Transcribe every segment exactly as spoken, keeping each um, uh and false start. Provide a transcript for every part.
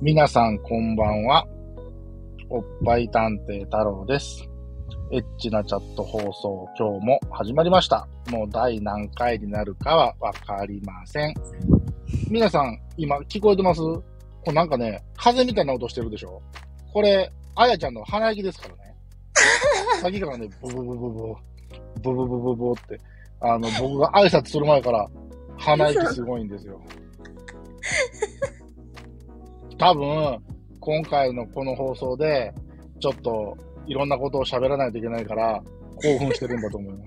皆さんこんばんは。おっぱい探偵太郎です。エッチなチャット放送、今日も始まりました。もう第何回になるかはわかりません。皆さん、今聞こえてます？これなんかね、風みたいな音してるでしょ？これ、あやちゃんの鼻息ですからね。さっきからね、ブブブブブ、ブブブブブって、あの、僕が挨拶する前から鼻息すごいんですよ。多分、今回のこの放送で、ちょっといろんなことを喋らないといけないから、興奮してるんだと思います。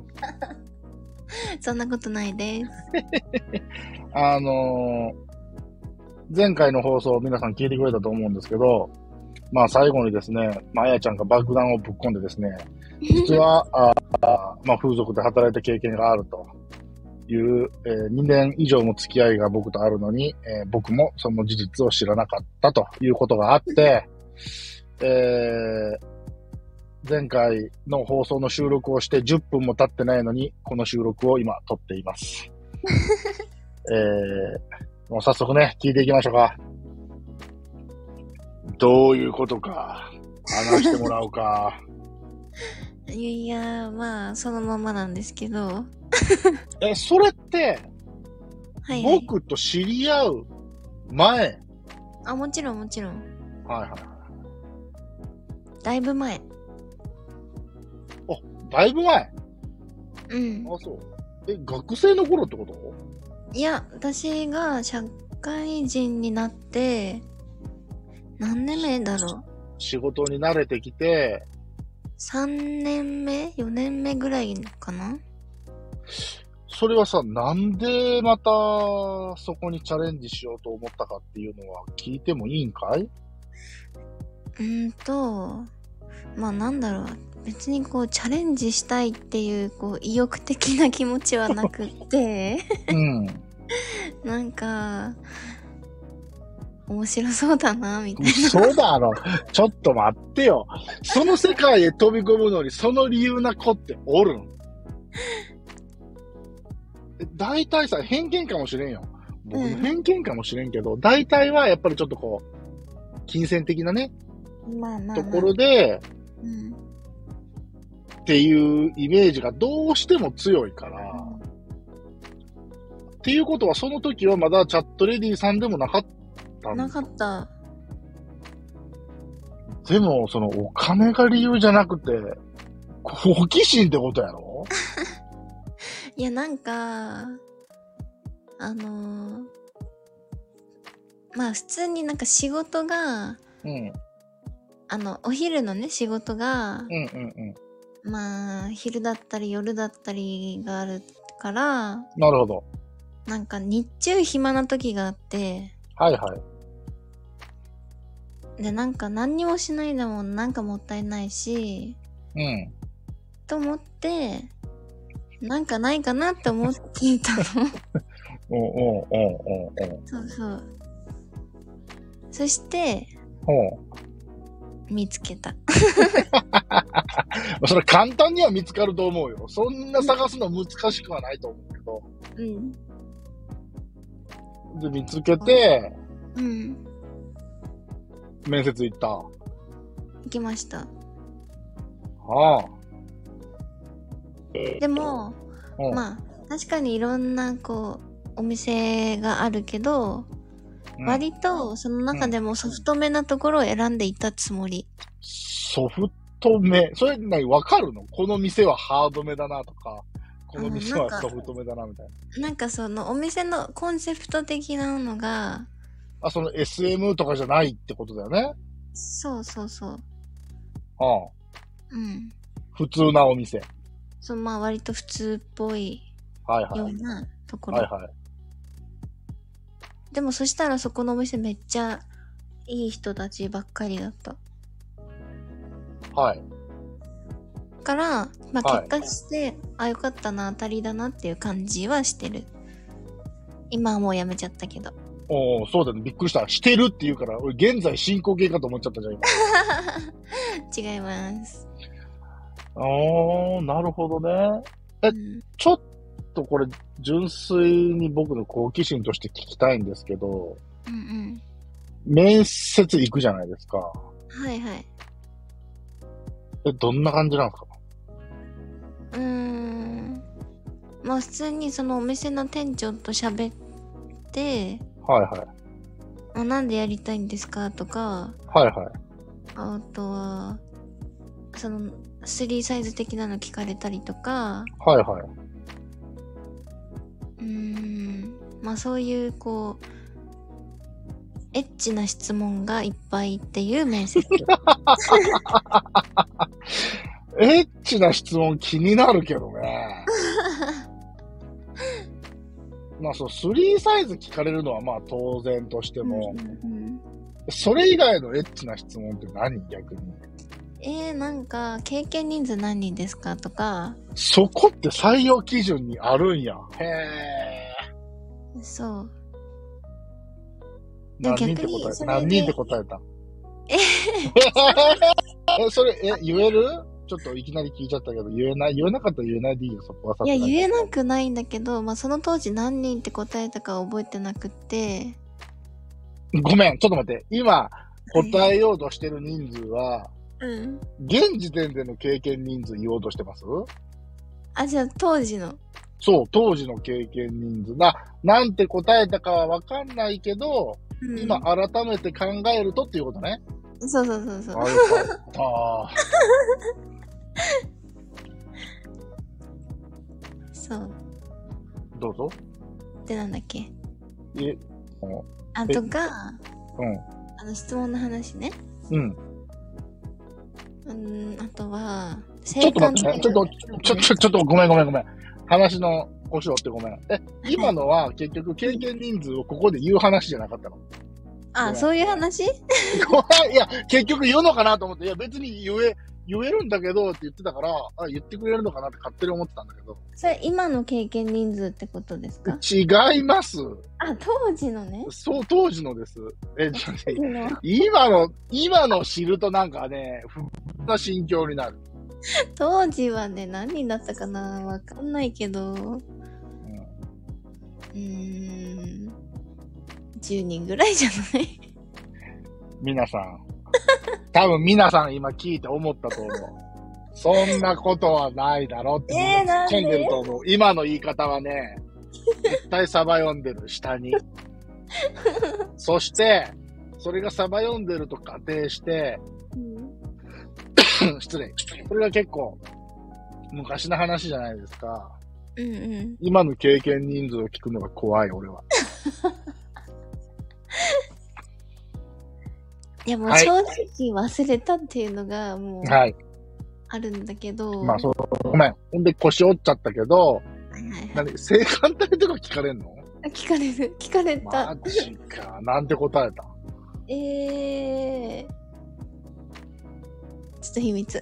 そんなことないです。 あのー、前回の放送皆さん聞いてくれたと思うんですけど、まあ最後にですね、まあ、あやちゃんが爆弾をぶっ込んでですね、実は、あまあ風俗で働いた経験があるという、えー、にねん以上も付き合いが僕とあるのに、えー、僕もその事実を知らなかったということがあって、えー、前回の放送の収録をしてじゅっぷんも経ってないのに、この収録を今撮っています。えー、もう早速ね、聞いていきましょうか。どういうことか、話してもらおうか。 いやいや、まあ、そのままなんですけど。 え、それって、 はいはい、 僕と知り合う前？ あ、もちろんもちろん。 はいはいはい。 だいぶ前。 あ、だいぶ前？ うん。 あ、そう。え、学生の頃ってこと？ いや、私が社会人になって、何年目だろう。 仕事に慣れてきて、 さんねんめ ?よ 年目ぐらいかな。 それはさ、なんでまたそこにチャレンジしようと思ったかっていうのは聞いてもいいんかい？ うーんと、まあなんだろう。別にこうチャレンジしたいっていうこう意欲的な気持ちはなくってうん。 なんか面白そうだなみたいな。 そうだろ。ちょっと待ってよ。その世界へ飛び込むのにその理由な子っておるん？大体さ、偏見かもしれんよ。僕の偏見かもしれんけど、うん、大体はやっぱりちょっとこう、金銭的なね、 まあまあまあ、 ところで、 うん、 っていうイメージがどうしても強いから、うん、っていうことはその時はまだチャットレディさんでもなかったんなかった。 でも、そのお金が理由じゃなくて、好奇心ってことやろ？ いや、なんか、あのー、まあ普通になんか仕事が、 うん、 あの、お昼のね、仕事が、 うんうんうん、 まあ、昼だったり夜だったりがあるから、 なるほど。 なんか日中暇な時があって、 はいはい。 で、なんか何にもしないでもなんかもったいないし、 うん。 と思って、なんかないかなって思っていたの。 おうおうおうおうおう。 そうそう。そして、見つけた。 それ簡単には見つかると思うよ。そんな探すの難しくはないと思うけど。 うん。 で、見つけて、 うん。 面接行った。 行きました。 ああ。 でも、 うん、 まあ、確かにいろんな、こう、お店があるけど、うん、割と、その中でもソフトめなところを選んでいったつもり。 ソフトめ？それ何わかるの？この店はハードめだなとか、この店はソフトめだなみたいな。 なんかそのお店のコンセプト的なのが、 あ、その エスエム とかじゃないってことだよね。 そうそうそう。 ああ。 うん。 普通なお店。 そう、まあ割と普通っぽいようなところ。 はいはい。 でもそしたらそこのお店めっちゃいい人たちばっかりだった。 はい。 から、まあ結果して、はい、あ、よかったな、当たりだなっていう感じはしてる。今はもうやめちゃったけど。 おー、そうだね。びっくりした。してるって言うから、俺現在進行形かと思っちゃったじゃん、 今。違います。 あー、なるほどね。え、うん、ちょっとこれ、純粋に僕の好奇心として聞きたいんですけど、 うんうん。 面接行くじゃないですか。 はいはい。 え、どんな感じなんですか？ うーん。まあ普通にそのお店の店長と喋って、 はいはい。 あ、なんでやりたいんですかとか、 はいはい。 あとは、その、スリーサイズ的なの聞かれたりとか、 はいはい。 うーん。まあそういうこう、エッチな質問がいっぱいっていう面接。 エッチな質問気になるけどね。まあそう、スリーサイズ聞かれるのはまあ当然としても、 うんうんうん、 それ以外のエッチな質問って何逆に。 えー、なんか、経験人数何人ですかとか、 そこって採用基準にあるんや。へー。 そう。でも何人って逆に、 答えたそれで、 何人って答えたええ、それ、え、言えるちょっといきなり聞いちゃったけど、言えない、言えなかったら言えないでいいよ、そこはさいや、 すがに。 言えなくないんだけど、まあ、その当時何人って答えたかは覚えてなくって、 ごめん、ちょっと待って。今、答えようとしてる人数は、 うん。 現時点での経験人数言おうとしてます？ あ、じゃあ当時の。 そう、当時の経験人数。な、なんて答えたかはわかんないけど、 うん、 今改めて考えるとっていうことね。 そうそうそうそう。 あ、よかった。 そう。 どうぞ。 で、なんだっけ。 え、 あとが、 うん。 あの質問の話ね。 うん。 うん、あとは、 ちょっと待ってね。ちょっと、ちょ、ちょ、ちょっとごめんごめんごめん。話の腰を折ってごめん。え、今のは結局経験人数をここで言う話じゃなかったの？ あ、そういう話？ ごめん、いや、結局言うのかなと思って、いや別に言え、言えるんだけどって言ってたから、あ、言ってくれるのかなって勝手に思ってたんだけど。 それ今の経験人数ってことですか？ 違います。 あ、当時のね。 そう、当時のです。え、ちょっと当時の今の、今の知るとなんかね、不安な心境になる。 当時はね、何人だったかなわかんないけど、 うん、 うーん、じゅうにんぐらいじゃない？ 皆さん。多分皆さん今聞いて思ったと思う。そんなことはないだろってえー、 突っ込んでなんでると思う。今の言い方はね、絶対サバ読んでる、下に。そして、それがサバ読んでると仮定して、うん、失礼。これが結構、昔の話じゃないですか。 うんうん。 今の経験人数を聞くのが怖い、俺は。 いやもう正直忘れたっていうのがもうあるんだけど。 はい、まあそう、ごめん。ほんで腰折っちゃったけど、 はいはいはい、 何、性感帯とか聞かれんの？ 聞かれる、聞かれた。 マジか。なんて答えた？ えー。ちょっと秘密。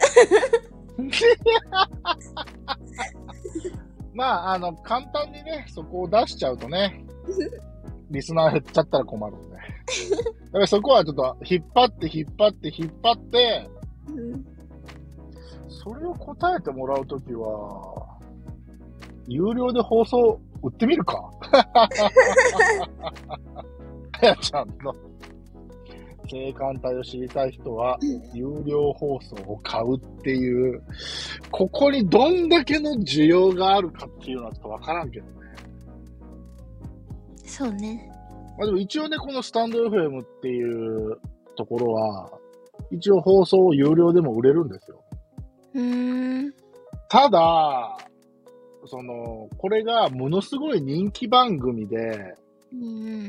まあ、あの、簡単にね、そこを出しちゃうとね、リスナー減っちゃったら困るんで。だからそこはちょっと引っ張って引っ張って引っ張って、うん、それを答えてもらうときは、有料で放送売ってみるか。あやちゃんの性感帯を知りたい人は、有料放送を買うっていう、ここにどんだけの需要があるかっていうのはちょっとわからんけどね。 そうね。 まあでも一応ね、このスタンド エフエム っていうところは、一応放送を有料でも売れるんですよ。 うーん。 ただ、その、これがものすごい人気番組で、 うん、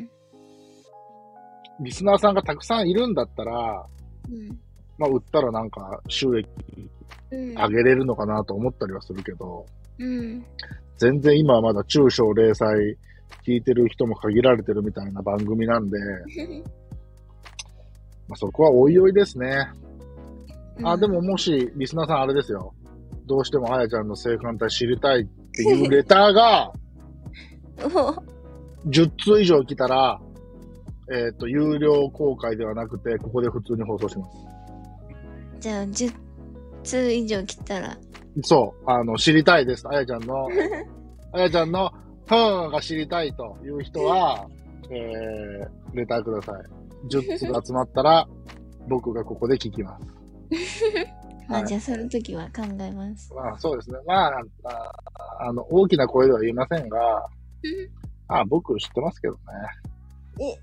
リスナーさんがたくさんいるんだったら、 うん、 まあ売ったらなんか収益上げれるのかなと思ったりはするけど、 うん、 全然今はまだ中小零細聞いてる人も限られてるみたいな番組なんで、まあそこはおいおいですね。うん、あ、でももしリスナーさんあれですよ。どうしてもあやちゃんの性感帯知りたいっていうレターがじゅっつう以上来たら、えっと、有料公開ではなくて、ここで普通に放送します。 じゃあ、じゅっつう以上来たら。 そう、あの、知りたいです。あやちゃんの、あやちゃんの、ふーんが知りたいという人は、えー、レターください。 じゅっつが集まったら、僕がここで聞きます。 まあ、 はい、 じゃあその時は考えます。 まあそうですね。まあ、ああの、大きな声では言いませんが、あ僕知ってますけどね。 え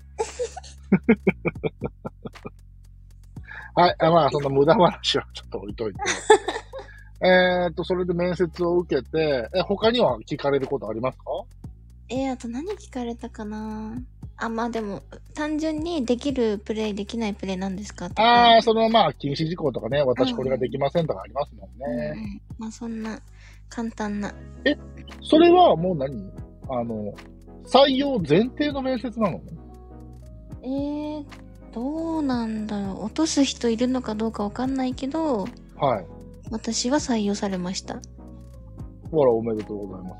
はい。あまあ、その無駄話はちょっと置いといて。えっと、それで面接を受けて、え、他には聞かれることありますか？ えー、あと何聞かれたかな。あ、まあでも、単純にできるプレイ、できないプレイなんですかとか。 ああー、そのまあ、禁止事項とかね、 うん私これができませんとかありますもんうんうね。 ん。まあそんな簡単な。 え、それはもう何あの、採用前提の面接なの？ えー、どうなんだろう。落とす人いるのかどうかわかんないけど、 はい。 私は採用されました。 ほら、おめでとうございます。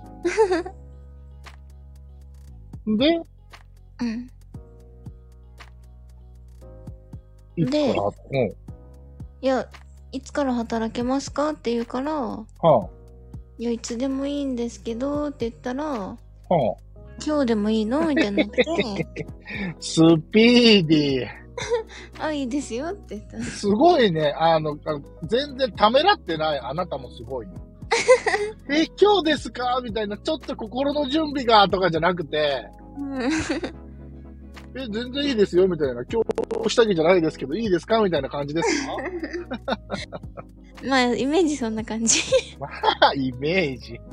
で、 うん。で、 いつから、うん。 いや、いつから働けますかって言うから、 はあ、 いや、いつでもいいんですけど、って言ったら、 は今日でもいいのみたいになって、 あ。スピーディー。 あ、いいですよって言った。 すごいね。あの、あの全然ためらってないあなたもすごいね。え、今日ですかみたいな、ちょっと心の準備が、とかじゃなくて、 うん、 え、全然いいですよ、みたいな。今日下着じゃないですけど、いいですかみたいな感じですか？ まあ、イメージそんな感じ。 まあ、イメージ。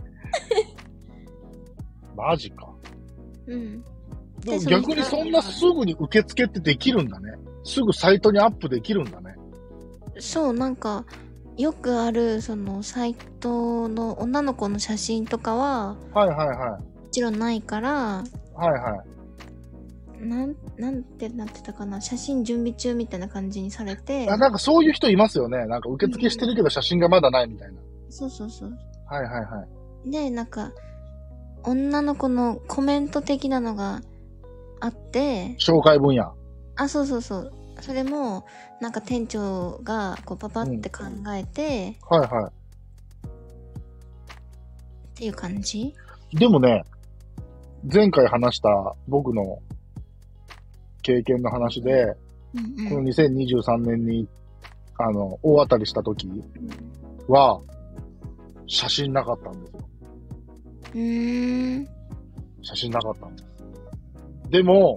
マジか。 うん。 でも逆にそんなすぐに受付ってできるんだね。すぐサイトにアップできるんだね。 そう、なんか、よくある、その、サイトの女の子の写真とかは、 はいはいはもちろんないから、 い。はいはい。 なん、なんてなってたかな、写真準備中みたいな感じにされて、 あ、なんかそういう人いますよね。なんか受付してるけど写真がまだないみたいな。 そうそうそう。 はいはいはい。 で、なんか、女の子のコメント的なのがあって、 紹介分野。 あ、そうそうそう。それも、なんか店長が、こう、パパって考えて、 はいはっていう感じ。 い。でもね、前回話した僕の経験の話で、 うんこのにせんにじゅうさんねんに、あの、大当たりした時は、写真なかったんですよ。 うん。うーん。 写真なかったんです。でも、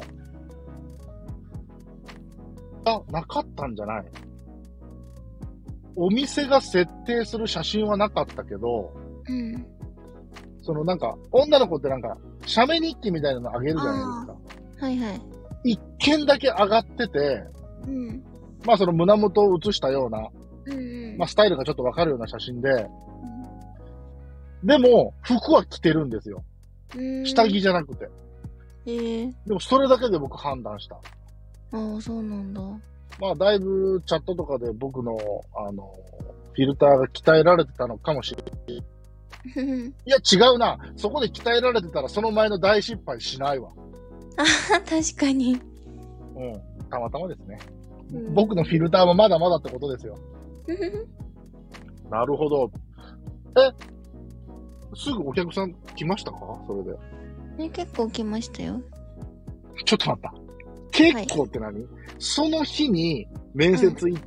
あ、なかったんじゃない。お店が設定する写真はなかったけど、 うん。 そのなんか、女の子ってなんか、写メ日記みたいなのあげるじゃないですか。 はいはい。 一件だけ上がってて、 うん。 まあその胸元を写したような、 うんうん。 まあスタイルがちょっとわかるような写真で、でも、服は着てるんですよ。 うん、 下着じゃなくて。 えー、 でもそれだけで僕判断した。 ああ、そうなんだ。 まあだいぶチャットとかで僕の、あの、フィルターが鍛えられてたのかもしれない。いや違うな。そこで鍛えられてたらその前の大失敗しないわ。 あ確かに。 うん。たまたまですね。 うん、 僕のフィルターもまだまだってことですよ。なるほど。え、すぐお客さん来ましたかそれで。 ね、結構来ましたよ。 ちょっと待った。結構って何、はい、その日に面接行って、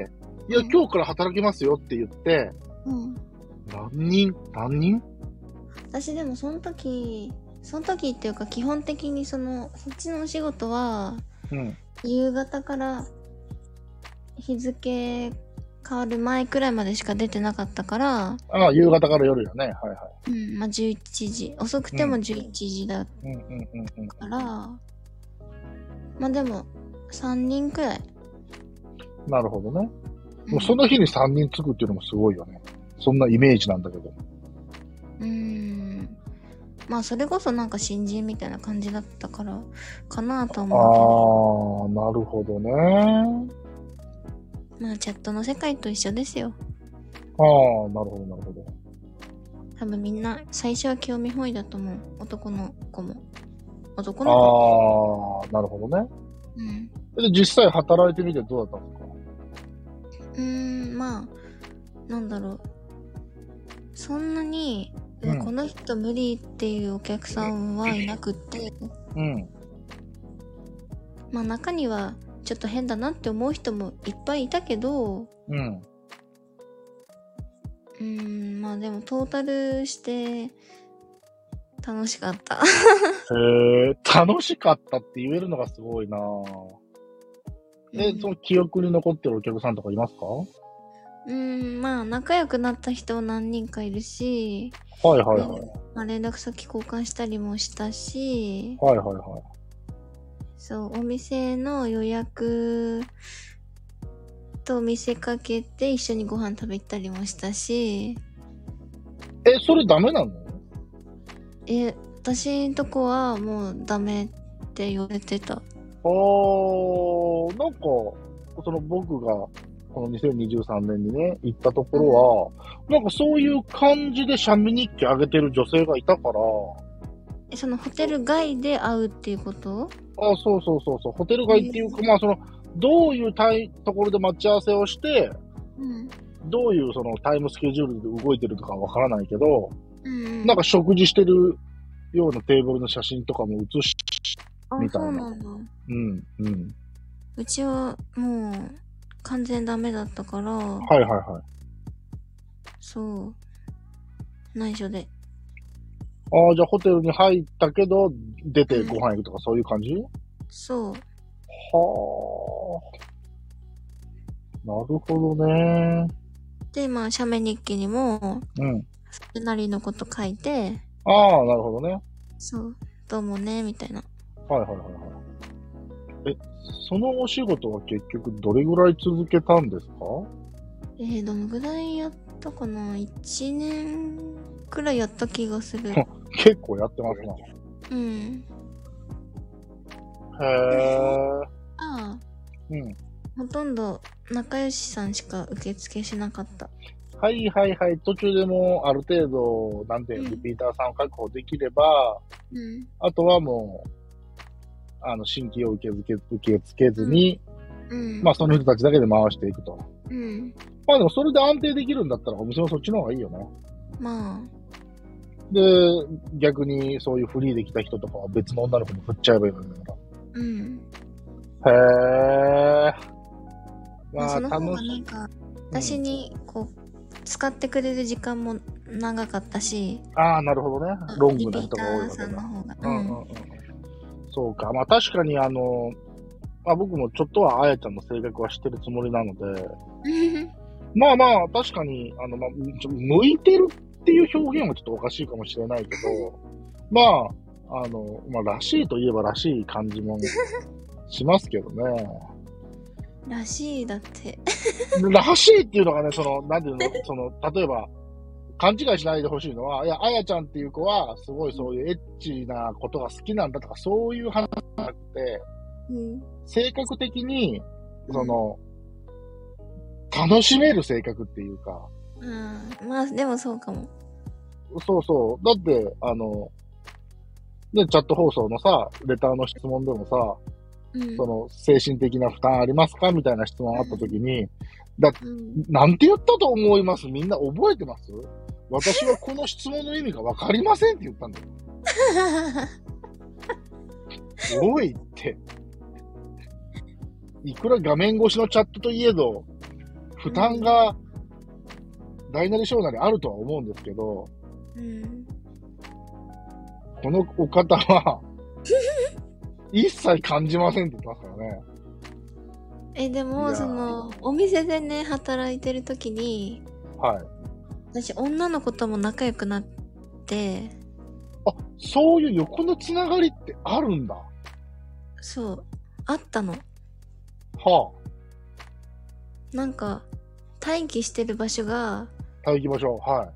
うん、いや、今日から働きますよって言って、うん、何人何人私でもその時、その時っていうか基本的にその、そっちのお仕事は、うん、夕方から日付変わる前くらいまでしか出てなかったから。 ああ、夕方から夜よね。はいはい。 うん、まあじゅういちじ。遅くてもじゅういちじだから、まあでも、さんにんくらい。 なるほどね。もうその日にさんにんつくっていうのもすごいよね。そんなイメージなんだけど。 うーん。まあそれこそなんか新人みたいな感じだったから、かなと思うけど。ああ、なるほどね。 まあチャットの世界と一緒ですよ。 ああ、なるほどなるほど。 多分みんな最初は興味本位だと思う。男の子も。男の子。 ああ、なるほどね。 うん。 で、実際働いてみてどうだったんですか？ うーん、まあ、なんだろう。そんなに、うん、この人無理っていうお客さんはいなくって。うん。まあ中にはちょっと変だなって思う人もいっぱいいたけど、 うん。 うーん、まあでもトータルして楽しかった。 へえ、楽しかったって言えるのがすごいなぁ。え、 うん、 その記憶に残ってるお客さんとかいますか？ うーん、まあ仲良くなった人何人かいるし、 はいはいはい。 まあ、連絡先交換したりもしたし、 はいはいはい。 そう、お店の予約と見せかけて一緒にご飯食べたりもしたし。 え、それダメなの？ え、私んとこはもうダメって言われてた。あー、なんか、その僕が、このにせんにじゅうさんねんにね、行ったところは、うん、なんかそういう感じでシャミ日記あげてる女性がいたから、 え、そのホテル外で会うっていうこと？ あ、そうそうそうそう、ホテル街っていうか、まあその、どういうタイところで待ち合わせをして、うん、どういうそのタイムスケジュールで動いてるとかわからないけど、うん、なんか食事してるようなテーブルの写真とかも写し、みたいな。 あ、そうなんだ。 うん、うん。 うちはもう完全ダメだったから。 はいはいはい。 そう。内緒で。 ああ、じゃあホテルに入ったけど、出てご飯行くとかそういう感じ？ そう。 はあ。なるほどね。 で、まあ、写メ日記にも、 うん。 それなりのこと書いて。 ああ、なるほどね。 そう。どうもね、みたいな。 はいはいはいはい。え、そのお仕事は結局どれぐらい続けたんですか？ えー、どのぐらいやったかな？ いち 年くらいやった気がする。 結構やってますな。 うん。 へー。 ああ。 うん。 ほとんど仲良しさんしか受付しなかった。 はいはいはい。途中でもある程度、なんていうの、リピーターさんを確保できれば、うん、あとはもう、あの、新規を受け付け、受け付けずに、うん、まあその人たちだけで回していくと。うん。まあでもそれで安定できるんだったらお店もそっちの方がいいよね。まあ。で、逆にそういうフリーで来た人とかは別の女の子に振っちゃえばいいわけだから。うん。へー。 まあ、その方がなんか、私にこう、使ってくれる時間も長かったし。 ああ、なるほどね。ロングな人が多いわけだ。うんうんうん。そうか。まあ確かにあの、まあ僕もちょっとはあやちゃんの性格は知ってるつもりなので、まあまあ確かに、あの、まあ、向いてるっていう表現はちょっとおかしいかもしれないけど、まあ、あの、まあらしいといえばらしい感じもしますけどね。 らしいだって。 らしいっていうのがね、その、なんていうの、その、例えば、勘違いしないでほしいのは、いや、あやちゃんっていう子は、すごいそういうエッチなことが好きなんだとか、そういう話じゃなくて、うん、性格的に、その、うん、楽しめる性格っていうか。 うん、まあ、でもそうかも。 そうそう。だって、あの、ね、チャット放送のさ、レターの質問でもさ、うん、その、精神的な負担ありますかみたいな質問あったときに、うん、だ、うん、なんて言ったと思います？みんな覚えてます？私はこの質問の意味がわかりませんって言ったんだよ。おいって。いくら画面越しのチャットといえど、負担が大なり小なりあるとは思うんですけど、うん、このお方は、一切感じませんって言ってますからね。 え、でも、その、お店でね、働いてるときに、はい。私、女の子とも仲良くなって、 あ、そういう横のつながりってあるんだ。 そう、あったの。 はあ。なんか、待機してる場所が、 待機場所、はい。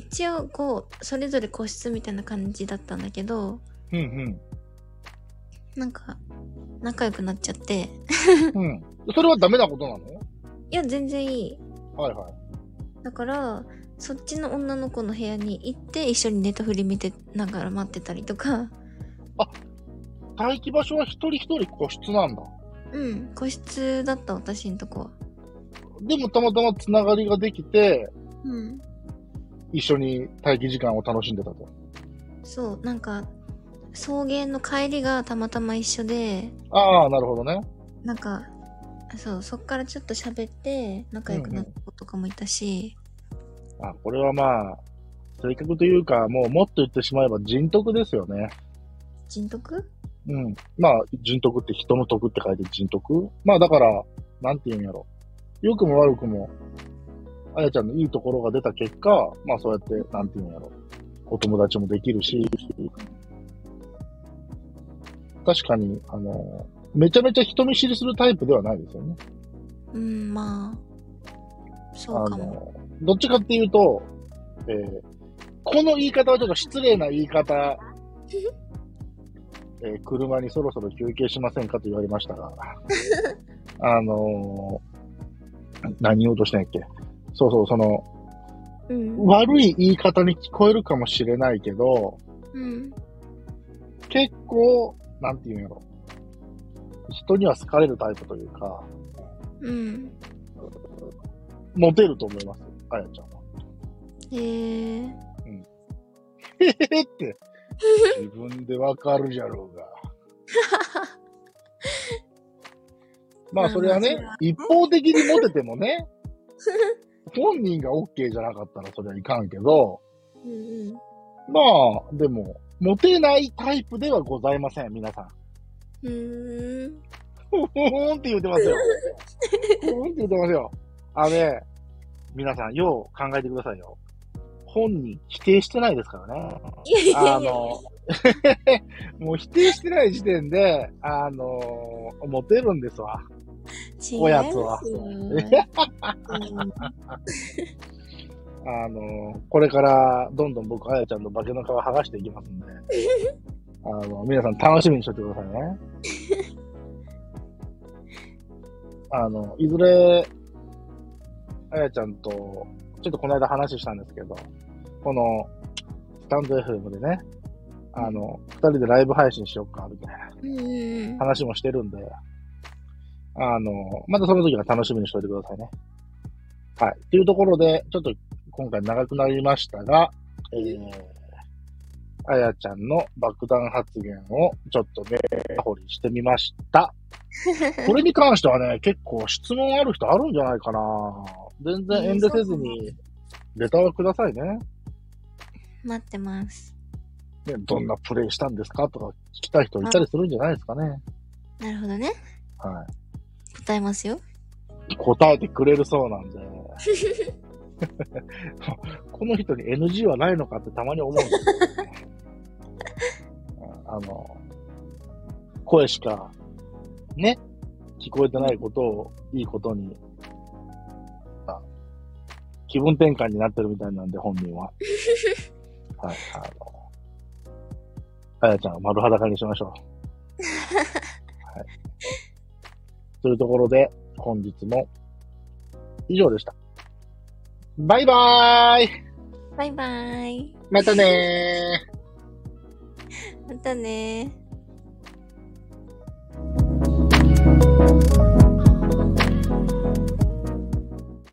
一応、こう、それぞれ個室みたいな感じだったんだけど、うんうん。なんか、仲良くなっちゃって。 うん。それはダメなことなの？いや、全然いい。 はいはい。 だから、そっちの女の子の部屋に行って一緒にネタフリ見てながら待ってたりとか。 あ、待機場所は一人一人個室なんだ。 うん、個室だった私んとこは。 でもたまたまつながりができて、うん。一緒に待機時間を楽しんでたと。 そう、なんか、送迎の帰りがたまたま一緒で。 ああ、なるほどね。 なんか、そう、そっからちょっと喋って仲良くなった子とかもいたし。 うんうん、あ、これはまあ、性格というか、もうもっと言ってしまえば人徳ですよね。 人徳？ うん。まあ、人徳って人の徳って書いて人徳。まあだから、なんて言うんやろ。良くも悪くも、あやちゃんのいいところが出た結果、まあそうやって、なんて言うんやろ。お友達もできるし、確かに、あの、めちゃめちゃ人見知りするタイプではないですよね。 うん、まあ、そうかも。 あの、どっちかっていうと、えー、この言い方はちょっと失礼な言い方、えー、車にそろそろ休憩しませんかと言われましたが、あのー、何言おうとしてんやっけ。そうそう、その、うん、悪い言い方に聞こえるかもしれないけど、うん、結構、なんていうんやろ。人には好かれるタイプというか、うん。モテると思います、あやちゃんは。へぇー。うん。へへへって、自分でわかるじゃろうが。まあそれはね、一方的にモテてもね、本人が OK じゃなかったらそれはいかんけど、うんうん、まあ、でも、モテないタイプではございません、皆さん。うーん。ふふーんって言ってますよ。ふーんって言ってますよ。あのね、皆さん、よう考えてくださいよ。本人否定してないですからね。あの、もう否定してない時点で、あの、モテるんですわ。おやつは。あの、これからどんどん僕、あやちゃんの化けの皮剥がしていきますんで、あの、皆さん楽しみにしておいてくださいね。あの、いずれ、あやちゃんと、ちょっとこの間話したんですけど、この、スタンド エフエム でね、あの、二人でライブ配信しよっか、みたいな話もしてるんで、あの、またその時は楽しみにしておいてくださいね。はい。というところで、ちょっと今回長くなりましたが、えー、あやちゃんの爆弾発言をちょっとね、掘りしてみました。これに関してはね、結構質問ある人あるんじゃないかな。全然遠慮せずに、レターをくださいね。 待ってます。 ね、どんなプレイしたんですかとか聞きたい人いたりするんじゃないですかね。 なるほどね。 はい。 答えますよ。 答えてくれるそうなんで。この人に エヌジー はないのかってたまに思うんですけど、ね、あの、声しか、ね、聞こえてないことをいいことに、気分転換になってるみたいなんで、本人は。はい、あの、あやちゃんを丸裸にしましょう。はい。というところで、本日も以上でした。バイバーイ。 バイバーイ。 またねー。 またねー。